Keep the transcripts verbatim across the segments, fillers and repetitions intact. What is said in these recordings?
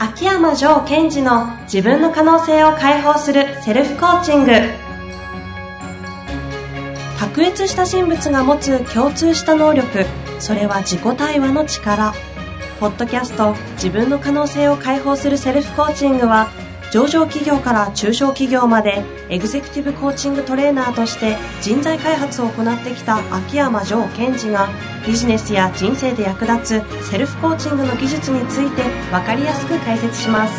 秋山城賢治の自分の可能性を解放するセルフコーチング。卓越した人物が持つ共通した能力、それは自己対話の力。ポッドキャスト自分の可能性を解放するセルフコーチングは、上場企業から中小企業までエグゼクティブコーチングトレーナーとして人材開発を行ってきた秋山城賢治が、ビジネスや人生で役立つセルフコーチングの技術について分かりやすく解説します。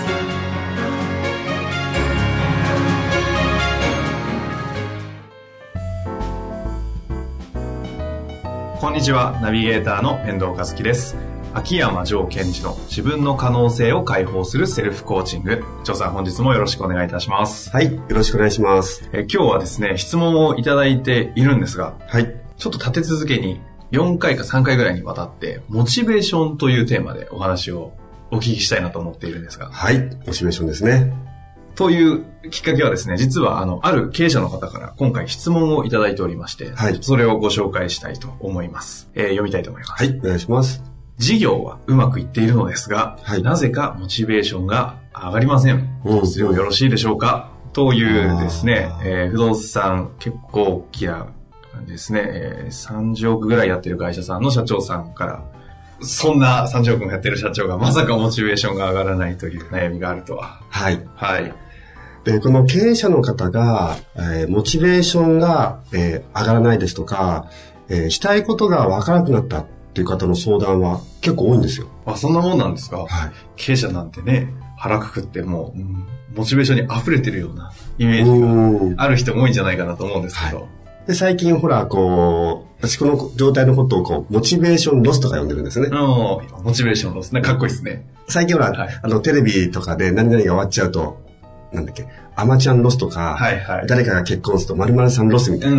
こんにちは、ナビゲーターの遠藤和樹です。秋山城賢治の自分の可能性を解放するセルフコーチング。城さん、本日もよろしくお願いいたします。 はい、よろしくお願いします。 え今日はですね、質問をいただいているんですが、 はい、 ちょっと立て続けによんかいかさんかいぐらいにわたってモチベーションというテーマでお話をお聞きしたいなと思っているんですが。 はい、モチベーションですね。 というきっかけはですね、実はあのある経営者の方から今回質問をいただいておりまして、はい、それをご紹介したいと思います。えー、読みたいと思います。 はい、お願いします。 事業はうまくいっているのですが、はい、なぜかモチベーションが上がりません。どうすればよろしいでしょうか、というですね、えー、不動産結構大きなですね、えー、さんじゅうおくぐらいやってる会社さんの社長さんから、そんなさんじゅうおくもやってる社長がまさかモチベーションが上がらないという悩みがあるとは。 はい。 はい。 で、この経営者の方が、えー、モチベーションが、えー、上がらないですとか、えー、したいことがわからなくなったっていう方の相談は結構多いんですよ。 あ、そんなもんなんですか。はい。経営者なんてね、腹くくってもう、うん、モチベーションに溢れてるようなイメージがある人も多いんじゃないかなと思うんですけど。はい、 で、最近ほら、こう、私この状態のことをこう、モチベーションロスとか呼んでるんですね。 モチベーションロスね。かっこいいですね。 最近ほら、はい、あの、テレビとかで何々が終わっちゃうと、なんだっけ、アマちゃんロスとか、はいはい、誰かが結婚すると〇〇さんロスみたいな。 うん、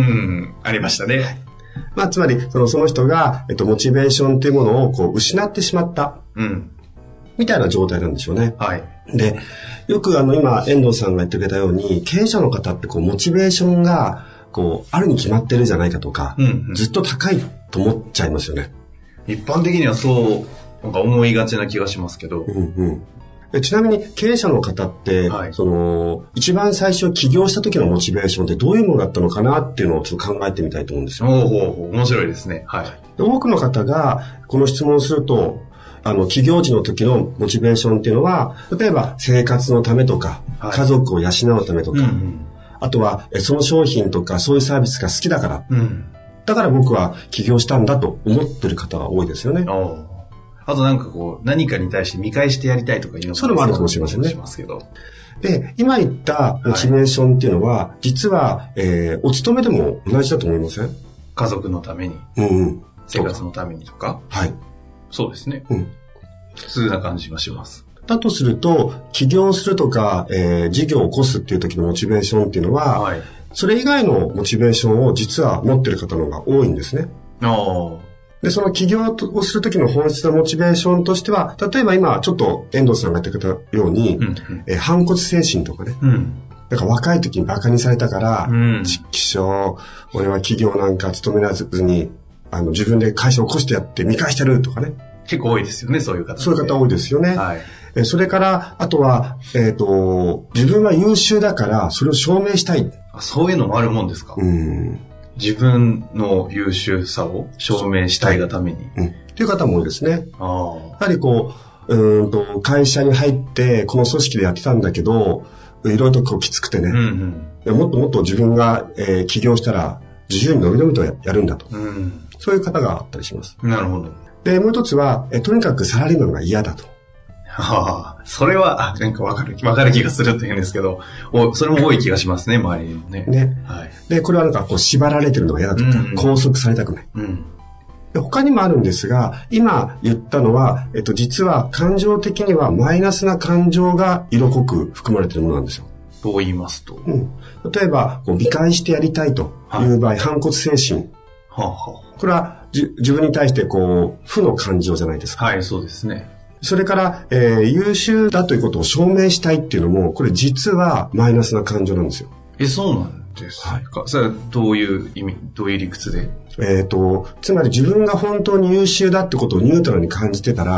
ありましたね。はい、 まあ、つまり、その、その人が、えっと、モチベーションというものをこう、失ってしまった。うん。みたいな状態なんでしょうね。はい。で、よくあの、今、遠藤さんが言ってくれたように、経営者の方ってこう、モチベーションが、こう、あるに決まってるじゃないかとか、うんうん、ずっと高いと思っちゃいますよね。 一般的にはそう、なんか思いがちな気がしますけど。うんうん。ちなみに経営者の方って、はい、その、一番最初起業した時のモチベーションってどういうものだったのかなっていうのをちょっと考えてみたいと思うんですよ。 おうほうほう、面白いですね。はい。 で、多くの方がこの質問をすると、あの、起業時の時のモチベーションっていうのは、例えば生活のためとか、はい、家族を養うためとか、うんうん、あとはその商品とかそういうサービスが好きだから、うん、だから僕は起業したんだと思ってる方が多いですよね。 おあとなんかこう、何かに対して見返してやりたいとかいうのもそれもあるかもしれませんね。 しますけど。 で、今言ったモチベーションっていうのは、はい、実は、えー、お勤めでも同じだと思いません？ 家族のために。うんうん。生活のためにとか。はい。そうですね。うん。普通な感じがします。 だとすると、起業するとか、えー、事業を起こすっていう時のモチベーションっていうのは、はい、それ以外のモチベーションを実は持ってる方の方が多いんですね。ああ。で、その起業をするときの本質のモチベーションとしては、例えば今、ちょっと遠藤さんが言ってくれたように、うんうん、え反骨精神とかね。うん、だから若い時にバカにされたから、うん、ちっきしょう、俺は企業なんか勤めらずに、あの、自分で会社を起こしてやって見返してるとかね。 結構多いですよね、そういう方。 そういう方多いですよね。はい。えそれから、あとは、えっと、自分は優秀だから、それを証明したい。 あ、そういうのもあるもんですか？うん。自分の優秀さを証明したいがために。 うん。っていう方も多いですね。ああ。やはりこう、うーんと、会社に入って、この組織でやってたんだけど、いろいろとこうきつくてね。うんうん、もっともっと自分が、えー、起業したら、自由にのびのびと や, やるんだと、うん。そういう方があったりします。 なるほど。 で、もう一つは、えとにかくサラリーマンが嫌だと。 はあ、それは、あ、なんかわかる、わかる気がするって言うんですけど、おそれも多い気がしますね、周りにもね。ね。はい。で、これはなんかこう縛られてるのが嫌だとか、うんうん、拘束されたくない。うん。で、他にもあるんですが、今言ったのは、えっと、実は感情的にはマイナスな感情が色濃く含まれているものなんですよ。 と言いますと。 うん。例えば、こう見返してやりたいという場合、はい、反骨精神。はあはあ、これはじ自分に対してこう、負の感情じゃないですか。 はい、そうですね。 それから、えー、優秀だということを証明したいっていうのも、これ実はマイナスな感情なんですよ。 え、そうなんですか。はい、それはどういう意味、どういう理屈で？ えっと、つまり自分が本当に優秀だってことをニュートラルに感じてたら、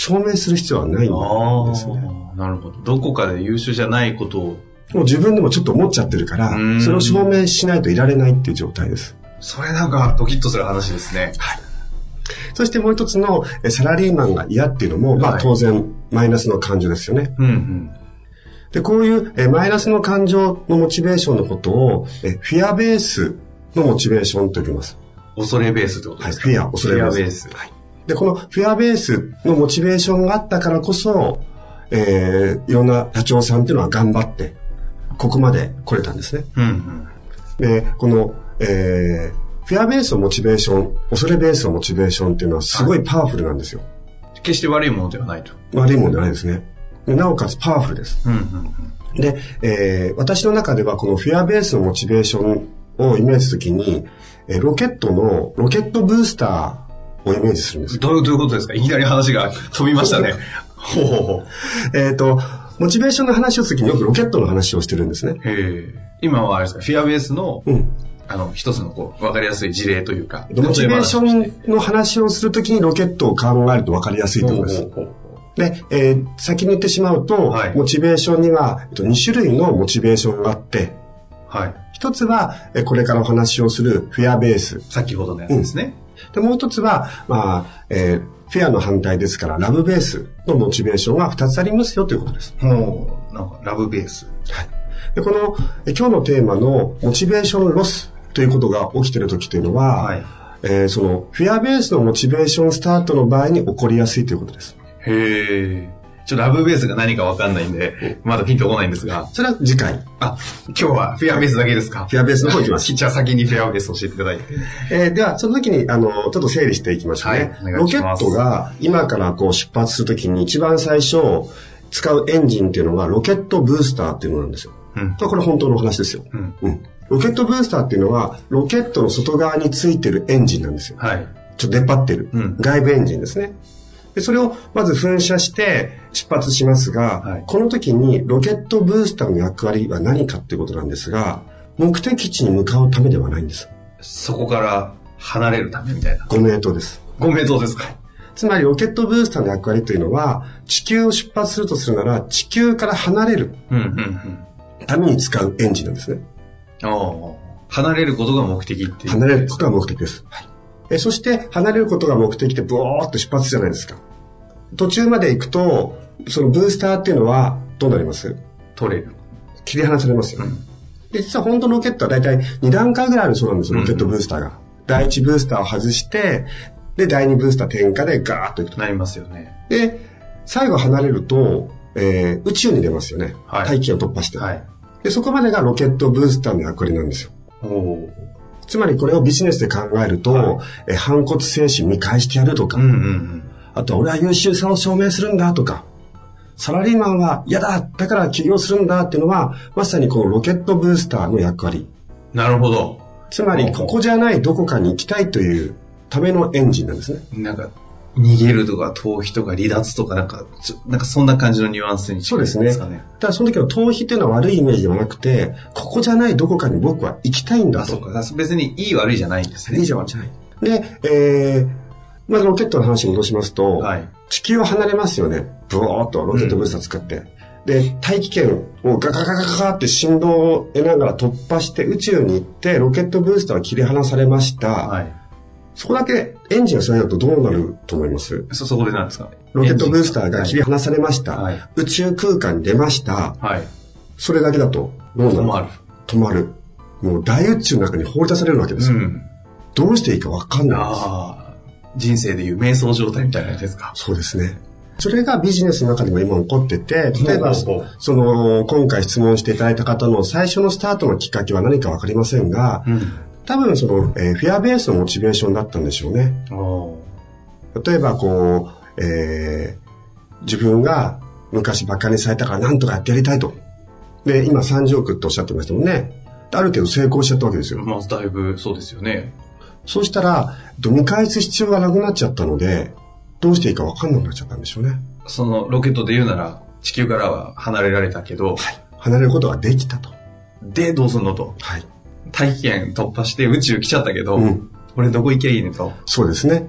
証明する必要はないんですね。 なるほど。どこかで優秀じゃないことを。 もう自分でもちょっと思っちゃってるから、それを証明しないといられないっていう状態です。 それなんかドキッとする話ですね。 はい。そしてもう一つのサラリーマンが嫌っていうのも、まあ当然マイナスの感情ですよね。うんうん、で、こういうマイナスの感情のモチベーションのことをフィアベースのモチベーションと呼びます。 恐れベースってことですか？ はい、フィア、恐れベース。フィアベース。はい。で、このフィアベースのモチベーションがあったからこそ、えー、いろんな社長さんっていうのは頑張って、ここまで来れたんですね。うんうん、で、この、えー、フィアベースのモチベーション、恐れベースのモチベーションっていうのはすごいパワフルなんですよ。 決して悪いものではないと。 悪いものではないですね。でなおかつパワフルです。うんうんうん、で、えー、私の中ではこのフィアベースのモチベーションをイメージするときに、えー、ロケットの、ロケットブースターをイメージするんです。 どういう、どういうことですか？いきなり話が飛びましたね。ほうほうほう。 えっと、モチベーションの話をするときによくロケットの話をしてるんですね。 へ今はあれですか、フィアベースの、うん、あの、一つのこう、わかりやすい事例というか。 モチベーションの話をするときにロケットを考えるとわかりやすいと思います。ほうほうほうで、えー、先に言ってしまうと、はい、モチベーションにはに種類のモチベーションがあって、はい、一つは、これからお話をするフィアベース。 先ほどのやつですね。 うん、でもう一つは、まあ、えー、フィアの反対ですから、ラブベースのモチベーションが二つありますよということです。 ほう、なんか、ラブベース。 はい。で、この、え今日のテーマのモチベーションロスということが起きているときというのは、はい、えー、その、フィアベースのモチベーションスタートの場合に起こりやすいということです。 へえ。ちょっとラブベースが何かわかんないんで、まだピンとこないんですが。 それは次回。 あ、今日はフィアベースだけですか？ フィアベースの方行きます。 じゃあ先にフィアベースを教えていただいて。 えー、では、その時に、あの、ちょっと整理していきましょうね。はい、ロケットが今からこう出発するときに一番最初使うエンジンっていうのがロケットブースターっていうのなんですよ。うん。これ本当の話ですよ。うん。うん。ロケットブースターっていうのは、ロケットの外側についてるエンジンなんですよ。はい。ちょっと出っ張ってる。うん。外部エンジンですね。で、それをまず噴射して出発しますが、はい、この時にロケットブースターの役割は何かっていうことなんですが、目的地に向かうためではないんです。 そこから離れるためみたいな。 ご名答です。 ご名答ですか。 つまりロケットブースターの役割というのは、地球を出発するとするなら、地球から離れるために使うエンジンなんですね。 うんうんうん、離れることが目的っていう。 離れることが目的です。はい。えそして離れることが目的でブワーッと出発じゃないですか。途中まで行くとそのブースターっていうのはどうなります？ 取れる。 切り離されますよ、うん、で実は本当のロケットはだいたいに段階ぐらいあるそうなんですよ、ロケットブースターが、うん、だいいちブースターを外してでだいにブースター点火でガーッといくとなりますよね。 で最後離れると、えー、宇宙に出ますよね、はい、大気を突破して、はい、でそこまでがロケットブースターの役割なんですよ。おつまりこれをビジネスで考えると、はい、え反骨精神見返してやるとか、うんうんうん、あとは俺は優秀さを証明するんだとか、サラリーマンは嫌だだから起業するんだっていうのはまさにこのロケットブースターの役割。 なるほど。 つまりここじゃないどこかに行きたいというためのエンジンなんですね。 なんか逃げるとか逃避とか離脱とかなんかなんかそんな感じのニュアンスに近いですかね。そうですね。ただその時の逃避っていうのは悪いイメージではなくて、ここじゃないどこかに僕は行きたいんだと。あ、そうか。 別にいい悪いじゃないんですね。 いいじゃ悪いじゃない。で、えー、まずロケットの話に戻しますと、はい、地球を離れますよね。ブワーッとロケットブースター使って。うん、で、大気圏をガガガガガガって振動を得ながら突破して宇宙に行ってロケットブースターは切り離されました。はい、そこだけエンジンがそれだとどうなると思います？ そ、そこでなんですか？ ロケットブースターが切り離されました。はい、宇宙空間に出ました。はい、それだけだとどうなる？止まる。止まる。もう大宇宙の中に放り出されるわけですよ。うん、どうしていいか分かんないです。 あ、人生でいう瞑想状態みたいなやつですか？ そうですね。それがビジネスの中でも今起こってて、例えば、その、今回質問していただいた方の最初のスタートのきっかけは何か分かりませんが、うん、多分その、えー、フィアベースのモチベーションだったんでしょうね。例えばこう、えー、自分が昔バカにされたから何とかやってやりたいと。で、今さんじゅうおくっておっしゃってましたもんね。ある程度成功しちゃったわけですよ。 まあ、だいぶそうですよね。 そうしたら、見返す必要がなくなっちゃったので、どうしていいか分かんなくなっちゃったんでしょうね。 そのロケットで言うなら地球からは離れられたけど、はい、 離れることができたと。 でどうすんのと、はい、大気圏突破して宇宙来ちゃったけど、うん、俺どこ行けばいいねと。 そうですね。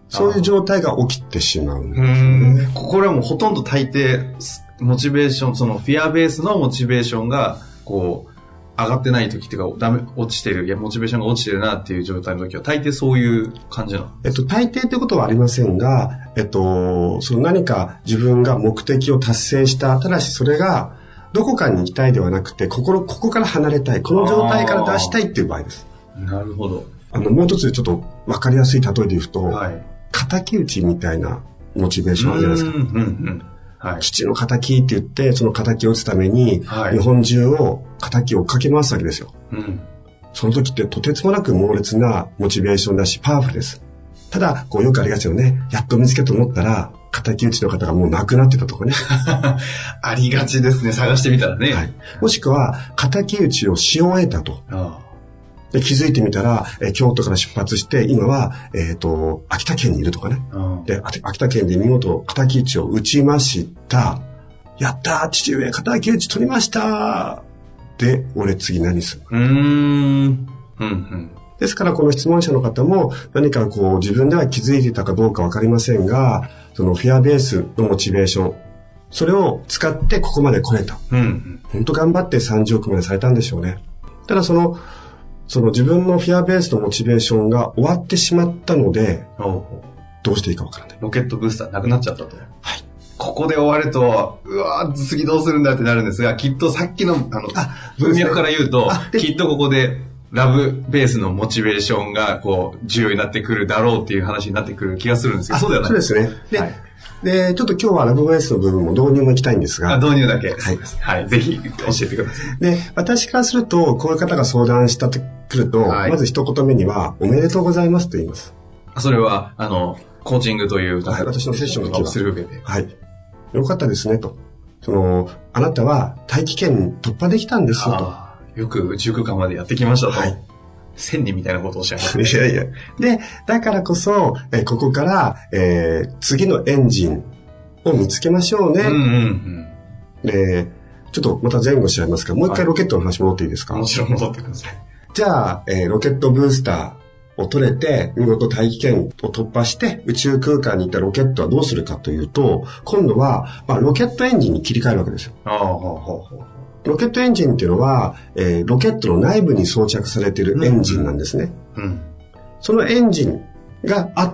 そういう状態が起きてしまうんですね。 これはもうほとんど大抵、モチベーション、そのフィアベースのモチベーションが、こう、上がってない時っていうか、ダメ、落ちてる、いや、モチベーションが落ちてるなっていう状態の時は、大抵そういう感じなの？ えっと、大抵ってことはありませんが、えっと、その何か自分が目的を達成した、ただしそれが、どこかに行きたいではなくて、心、ここから離れたい、この状態から出したいっていう場合です。 なるほど。 あの、もう一つちょっと分かりやすい例えで言うと、はい、敵討ちみたいなモチベーションあるじゃないですか。うんうんうんはい、父の敵って言って、その敵を打つために、はい、日本中を敵をかけ回すわけですよ、うん。その時ってとてつもなく猛烈なモチベーションだし、パワフルです。ただ、こうよくありがちよね。やっと見つけたと思ったら、敵討ちの方がもう亡くなってたとかね。 ありがちですね。探してみたらね。はい、 もしくは、敵討ちをし終えたと。ああで気づいてみたら、えー、京都から出発して、今は、えっと、秋田県にいるとかね。うん、で、秋田県で見事、敵討ちを撃ちました。やったー父上、敵討ち取りましたで、俺次何するうーん、うんうん。ですから、この質問者の方も、何かこう、自分では気づいていたかどうかわかりませんが、そのフィアベースのモチベーション、それを使ってここまで来れた。うんうん、本当頑張ってさんじゅうおくまでされたんでしょうね。ただその、その自分のフィアベースのモチベーションが終わってしまったので、どうしていいかわからない。 ロケットブースターなくなっちゃったと。はい。ここで終わると、うわー次どうするんだってなるんですが、きっとさっきの、あの、あ文脈から言うと、きっとここでラブベースのモチベーションが、こう、重要になってくるだろうっていう話になってくる気がするんですけど、そうではないそうですね。で、はいで、ちょっと今日はラブベースの部分も導入も行きたいんですが。 あ、導入だけ。はい。はい。ぜひ教えてください。 で、私からすると、こういう方が相談したとくると、はい、まず一言目には、おめでとうございますと言います。 それは、あの、コーチングという、 はい、私のセッションの時は。 する上で。 はい。よかったですね、と。その、あなたは大気圏突破できたんですよ、と。 よく宇宙空間までやってきましたと。はい。千人みたいなことをおっしゃいます、ね。 いやいや。で、だからこそ、えここから、えー、次のエンジン、を見つけましょうね。うんうんうん、で、ちょっとまた前後しちゃいますが、もう一回ロケットの話戻っていいですか？ もちろん戻ってください。 じゃあ、えー、ロケットブースターを取れて、見事大気圏を突破して宇宙空間に行ったロケットはどうするかというと、今度は、まあ、ロケットエンジンに切り替えるわけですよ。ああほうほうほうロケットエンジンっていうのは、えー、ロケットの内部に装着されているエンジンなんですね。うんうん、そのエンジンがあって、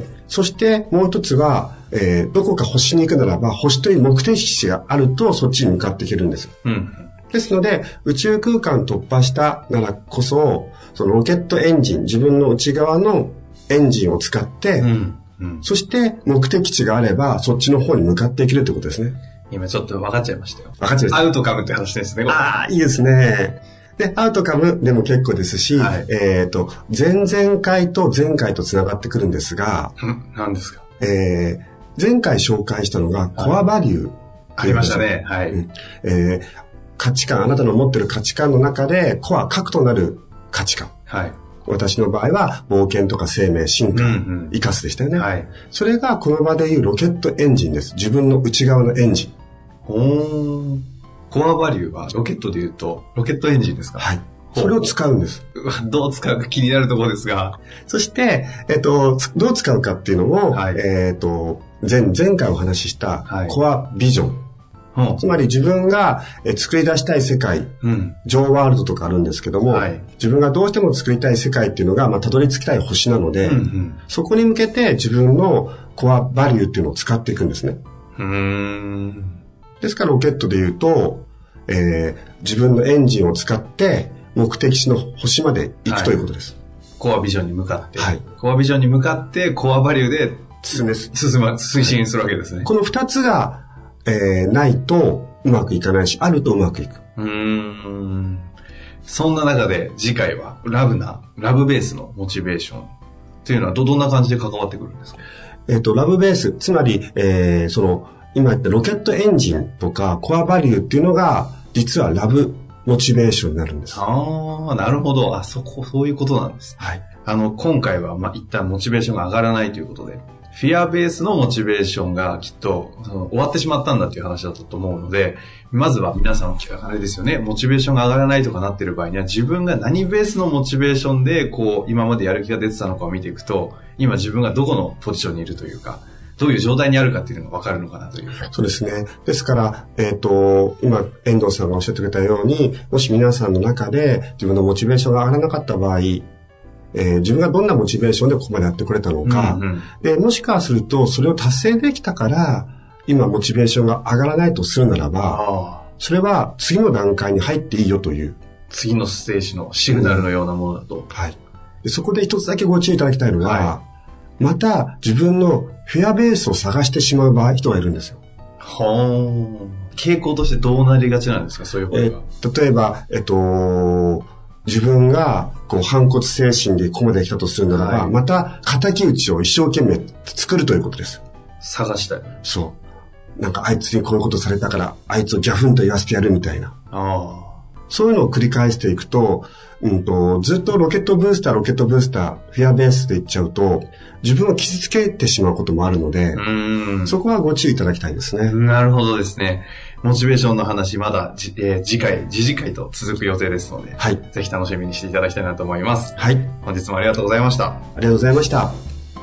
そしてもう一つは、えー、どこか星に行くならば、星という目的地があるとそっちに向かっていけるんです。うん、ですので、宇宙空間突破したならこそ、そのロケットエンジン、自分の内側のエンジンを使って、うんうん、そして目的地があれば、そっちの方に向かっていけるということですね。 今ちょっと分かっちゃいましたよ。 分かっちゃいました。 アウトカムって話ですね。 ああ、いいですね。で、アウトカムでも結構ですし、はい、えっと、前々回と前回と繋がってくるんですが、 ん何ですか？ えー前回紹介したのがコアバリュー、 ありましたね。はい、 うんえー。価値観、あなたの持っている価値観の中でコア、核となる価値観。はい、私の場合は冒険とか生命、進化、うんうん、生かすでしたよね、はい。それがこの場でいうロケットエンジンです。自分の内側のエンジン。 ほーん。コアバリューはロケットでいうとロケットエンジンですか？ はい。それを使うんです。 どう使うか気になるところですが。 そして、えっと、どう使うかっていうのを、はい、えっと、前、前回お話ししたコアビジョン。はい、つまり自分が作り出したい世界、うん、ジョーワールドとかあるんですけども、はい、自分がどうしても作りたい世界っていうのが、まあ、たどり着きたい星なので、うんうん、そこに向けて自分のコアバリューっていうのを使っていくんですね。うーんですからロケットで言うと、えー、自分のエンジンを使って目的地の星まで行くということです。 はい、コアビジョンに向かって、はい、コアビジョンに向かってコアバリューで進め進ま推進するわけですね。 この二つが、えー、ないとうまくいかないし、あるとうまくいく。うーんそんな中で次回はラブなラブベースのモチベーションというのは ど, どんな感じで関わってくるんですか？ えっとラブベース、つまり、えー、その今言ったロケットエンジンとかコアバリューっていうのが実はラブモチベーションになるんです。 ああ、なるほど。あ、そこ、そういうことなんです。はい。あの、今回は、まあ、一旦モチベーションが上がらないということで、フィアベースのモチベーションがきっと、その終わってしまったんだという話だったと思うので、まずは皆さん、あれですよね、モチベーションが上がらないとかなっている場合には、自分が何ベースのモチベーションで、こう、今までやる気が出てたのかを見ていくと、 今自分がどこのポジションにいるというか、どういう状態にあるかっていうのが分かるのかなという。 そうですね。ですから、えっと、今、遠藤さんがおっしゃってくれたように、もし皆さんの中で自分のモチベーションが上がらなかった場合、えー、自分がどんなモチベーションでここまでやってくれたのか、うんうん、で、もしかすると、それを達成できたから、今、モチベーションが上がらないとするならば、それは次の段階に入っていいよという。 次のステージのシグナルのようなものだと。うん、 はい。でそこで一つだけご注意いただきたいのは、はい、また自分のフェアベースを探してしまう場合、人がいるんですよ。 はー。傾向としてどうなりがちなんですか、そういうことが。 え例えば、えっと、自分がこう反骨精神でここまで来たとするならば、はい、また敵討ちを一生懸命作るということです。 探したい。 そう。なんかあいつにこういうことされたから、あいつをギャフンと言わせてやるみたいな。あそういうのを繰り返していくと、うんと、ずっとロケットブースター、ロケットブースター、フェアベースでいっちゃうと、自分を傷つけてしまうこともあるので、うんそこはご注意いただきたいですね。 なるほどですね。モチベーションの話、まだじ、えー、次回、次次回と続く予定ですので、はい。ぜひ楽しみにしていただきたいなと思います。はい。本日もありがとうございました。 ありがとうございました。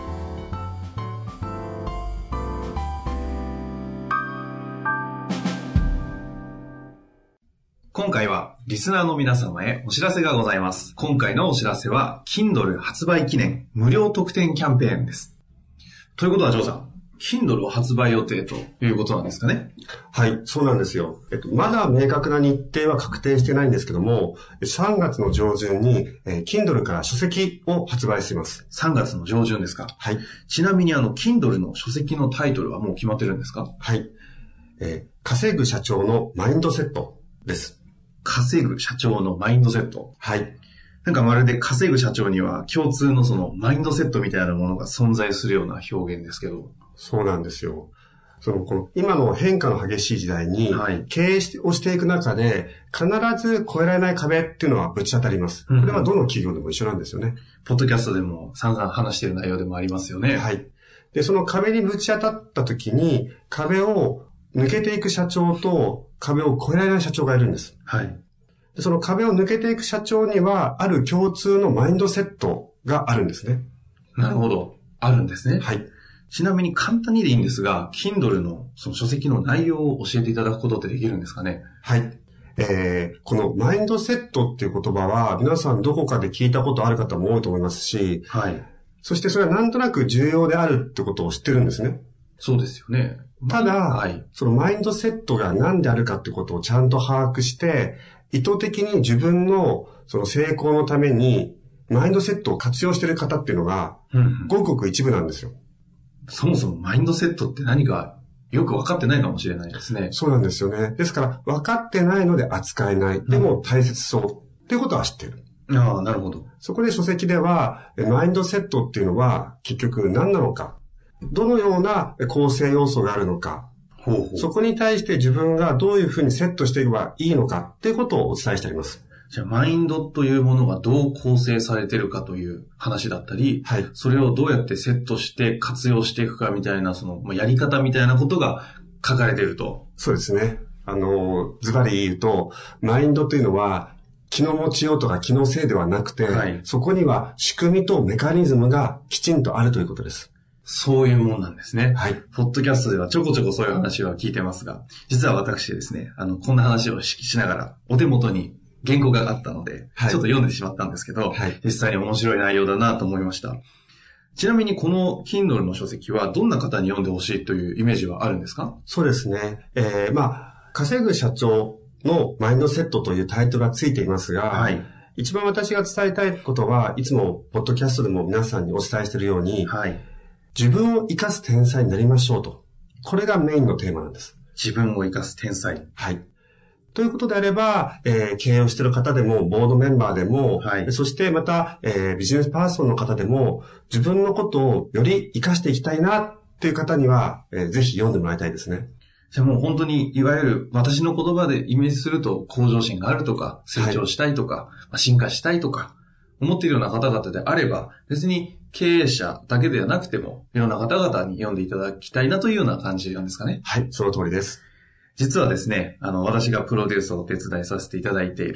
今回はリスナーの皆様へお知らせがございます。今回のお知らせは Kindle 発売記念無料特典キャンペーンです。ということはジョーさん、Kindle を発売予定ということなんですかね。 はい、そうなんですよ。えっと、まだ明確な日程は確定してないんですけども、さんがつの上旬に、えー、Kindle から書籍を発売します。 さんがつの上旬ですか。 はい。 ちなみにあの Kindle の書籍のタイトルはもう決まってるんですか。 はい。えー、稼ぐ社長のマインドセットです。 稼ぐ社長のマインドセット。 はい。 なんかまるで稼ぐ社長には共通のそのマインドセットみたいなものが存在するような表現ですけど。 そうなんですよ。その、この今の変化の激しい時代に、経営をしていく中で、必ず越えられない壁っていうのはぶち当たります。これはどの企業でも一緒なんですよね。 ポッドキャストでも散々話している内容でもありますよね。 はい。で、その壁にぶち当たった時に、壁を抜けていく社長と壁を越えられない社長がいるんです。 はい。 でその壁を抜けていく社長には、ある共通のマインドセットがあるんですね。 なるほど。あるんですね。 はい。 ちなみに簡単にでいいんですが、Kindle のその書籍の内容を教えていただくことってできるんですかね。 はい。えー、このマインドセットっていう言葉は、皆さんどこかで聞いたことある方も多いと思いますし、 はい。 そしてそれはなんとなく重要であるってことを知ってるんですね。 そうですよね。 ただ、 はい、 そのマインドセットが何であるかってことをちゃんと把握して、意図的に自分のその成功のためにマインドセットを活用している方っていうのが、ごくごく一部なんですよ。 そもそもマインドセットって何かよく分かってないかもしれないですね。 そうなんですよね。ですから分かってないので扱えない。でも大切そうっていうことは知ってる。 ああ、なるほど。 そこで書籍では、マインドセットっていうのは結局何なのか、どのような構成要素があるのか、 ほうほう、 そこに対して自分がどういうふうにセットしていけばいいのかっていうことをお伝えしてあります。 じゃあ、マインドというものがどう構成されているかという話だったり、 はい、 それをどうやってセットして活用していくかみたいな、その、やり方みたいなことが書かれていると。 そうですね。あの、ズバリ言うと、マインドというのは、気の持ちようとか気のせいではなくて、はい、そこには仕組みとメカニズムがきちんとあるということです。 そういうもんなんですね。 はい。 ポッドキャストではちょこちょこそういう話は聞いてますが、実は私ですね、あの、こんな話を し, しながら、お手元に原稿があったので、はい、ちょっと読んでしまったんですけど、はい、実際に面白い内容だなと思いました。ちなみにこの Kindle の書籍はどんな方に読んでほしいというイメージはあるんですか？ そうですね。えー、まあ、稼ぐ社長のマインドセットというタイトルがついていますが、はい、一番私が伝えたいことはいつもポッドキャストでも皆さんにお伝えしているように、はい、自分を生かす天才になりましょうと。これがメインのテーマなんです。 自分を生かす天才。 はい。ということであれば、えー、経営をしている方でも、ボードメンバーでも、はい、そしてまた、えー、ビジネスパーソンの方でも、自分のことをより生かしていきたいなっていう方には、えー、ぜひ読んでもらいたいですね。 じゃあもう本当に、いわゆる私の言葉でイメージすると、向上心があるとか、成長したいとか、はい、進化したいとか、思っているような方々であれば、別に経営者だけではなくても、いろんな方々に読んでいただきたいなというような感じなんですかね。 はい、その通りです。 実はですね、あの、私がプロデュースをお手伝いさせていただいている、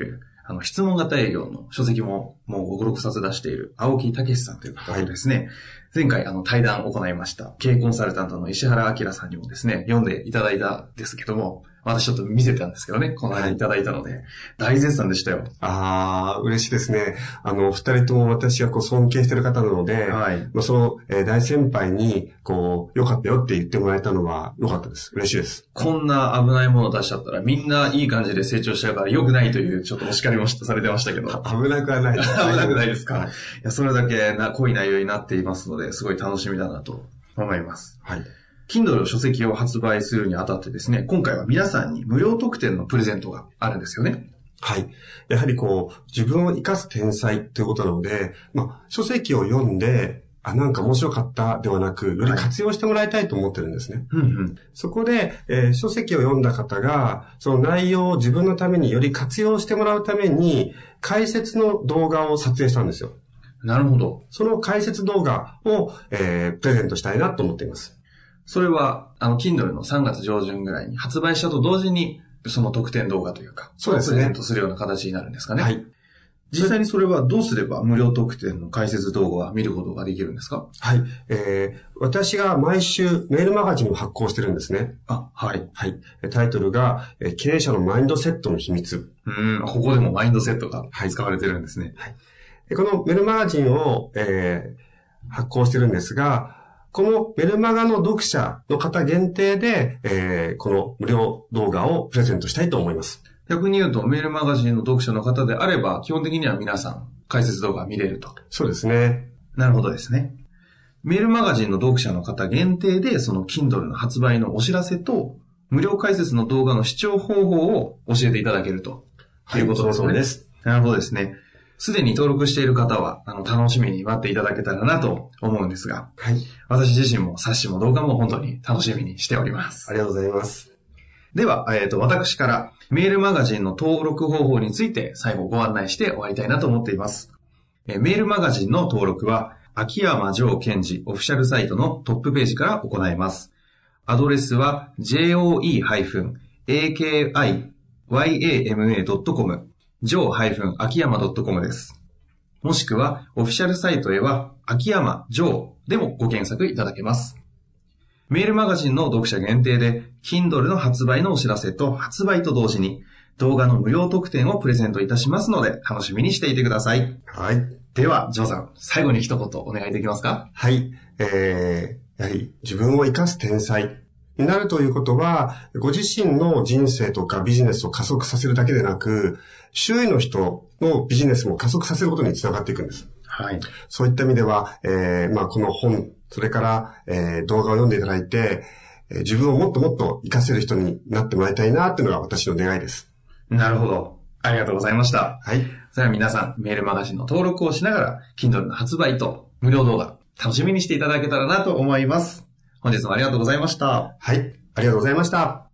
あの、質問型営業の書籍ももうご、ろくさつ出している青木武さんという方とですね、はい、前回あの対談を行いました経営コンサルタントの石原明さんにもですね、読んでいただいたんですけども、私ちょっと見せたんですけどね、この間いただいたので、大絶賛でしたよ。 ああ、嬉しいですね。あの、二人とも私はこう尊敬してる方なので、はい、まあ、その、えー、大先輩に、こう、良かったよって言ってもらえたのは良かったです。嬉しいです。 こんな危ないものを出しちゃったら、みんないい感じで成長しちゃうから良くないという、ちょっとお叱りもされてましたけど。 危なくはないです。 危なくないですか。はい、いや、それだけな濃い内容になっていますので、すごい楽しみだなと思います。はい。Kindle 書籍を発売するにあたってですね、今回は皆さんに無料特典のプレゼントがあるんですよね。 はい。やはりこう、自分を生かす天才ということなので、まあ、書籍を読んで、あ、なんか面白かったではなく、より活用してもらいたいと思ってるんですね。はい、うんうん、そこで、えー、書籍を読んだ方が、その内容を自分のためにより活用してもらうために、解説の動画を撮影したんですよ。 なるほど。 その解説動画を、えー、プレゼントしたいなと思っています。 それは、あの、Kindle のさんがつ上旬ぐらいに発売したと同時に、その特典動画というか、そうですね。プレゼントするような形になるんですかね。はい。実際にそれはどうすれば無料特典の解説動画は見ることができるんですか？ はい。えー、私が毎週メールマガジンを発行してるんですね。 あ、はい。 はい。タイトルが、経営者のマインドセットの秘密。 うん、ここでもマインドセットが使われてるんですね。 はい。このメールマガジンを、えー、発行してるんですが、このメルマガの読者の方限定で、えー、この無料動画をプレゼントしたいと思います。 逆に言うと、メールマガジンの読者の方であれば、基本的には皆さん解説動画見れると。 そうですね。 なるほどですね。メールマガジンの読者の方限定で、その Kindle の発売のお知らせと、無料解説の動画の視聴方法を教えていただけると。 はい、いうことですね。そうです。 なるほどですね。すでに登録している方は、あの、楽しみに待っていただけたらなと思うんですが、はい。私自身も冊子も動画も本当に楽しみにしております。 ありがとうございます。 では、えっと、私からメールマガジンの登録方法について最後ご案内して終わりたいなと思っています。えメールマガジンの登録は、秋山城賢治オフィシャルサイトのトップページから行えます。アドレスは ジェイオーイー エーケーアイワイエーエムエー ドットコム ジョー 秋山 ドットコム です。もしくは、オフィシャルサイトへは、秋山城でもご検索いただけます。メールマガジンの読者限定で、Kindle の発売のお知らせと発売と同時に、動画の無料特典をプレゼントいたしますので、楽しみにしていてください。 はい。 では、ジョーさん、最後に一言お願いできますか？ はい。えー、やはり自分を生かす天才になるということは、ご自身の人生とかビジネスを加速させるだけでなく、周囲の人のビジネスも加速させることにつながっていくんです。はい。そういった意味では、えー、まあこの本、それから、えー、動画を読んでいただいて、えー、自分をもっともっと活かせる人になってもらいたいなっていうのが私の願いです。 なるほど。ありがとうございました。はい。それでは皆さん、メールマガジンの登録をしながら、Kindle の発売と無料動画、楽しみにしていただけたらなと思います。本日もありがとうございました。 はい。ありがとうございました。